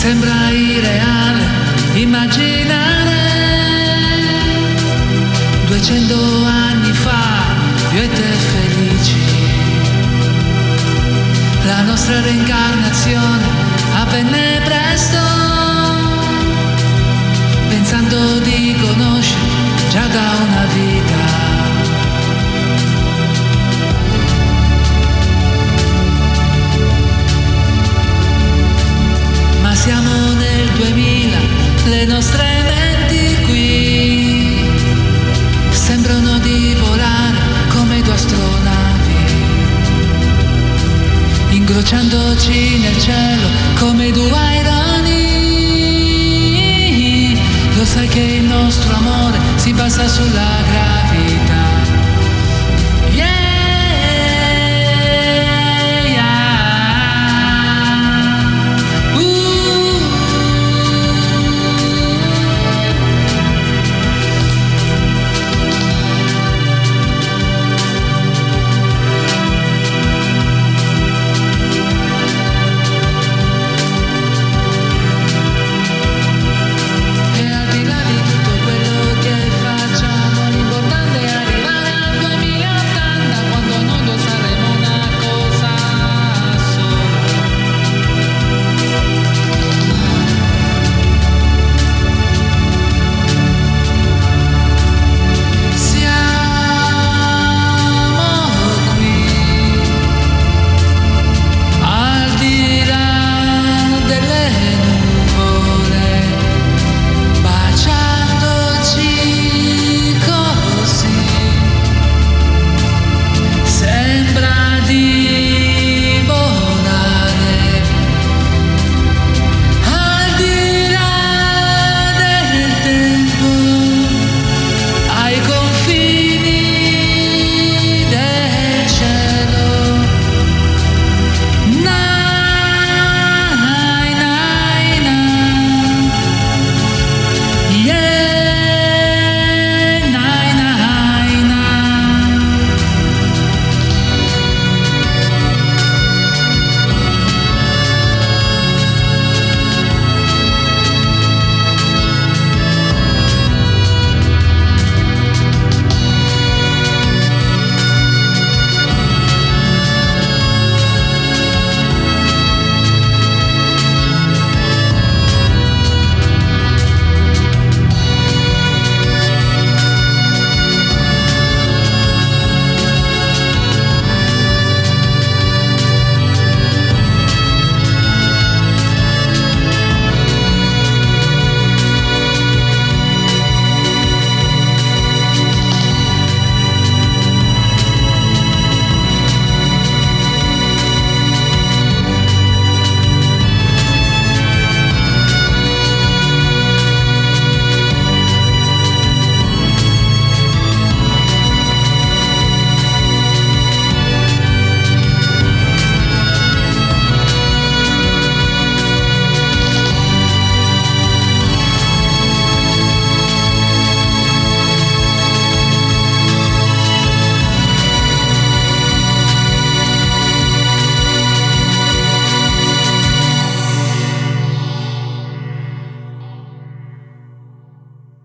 sembra irreale immaginare 200 anni fa io e te felici. La nostra reincarnazione avvenne presto, pensando di conoscere già da una vita. Ma siamo nel 2000, le nostre menti qui sembrano di volare come due astronavi, incrociandoci nel cielo come due aironi. Lo sai che il nostro amore si basa sulla gravità.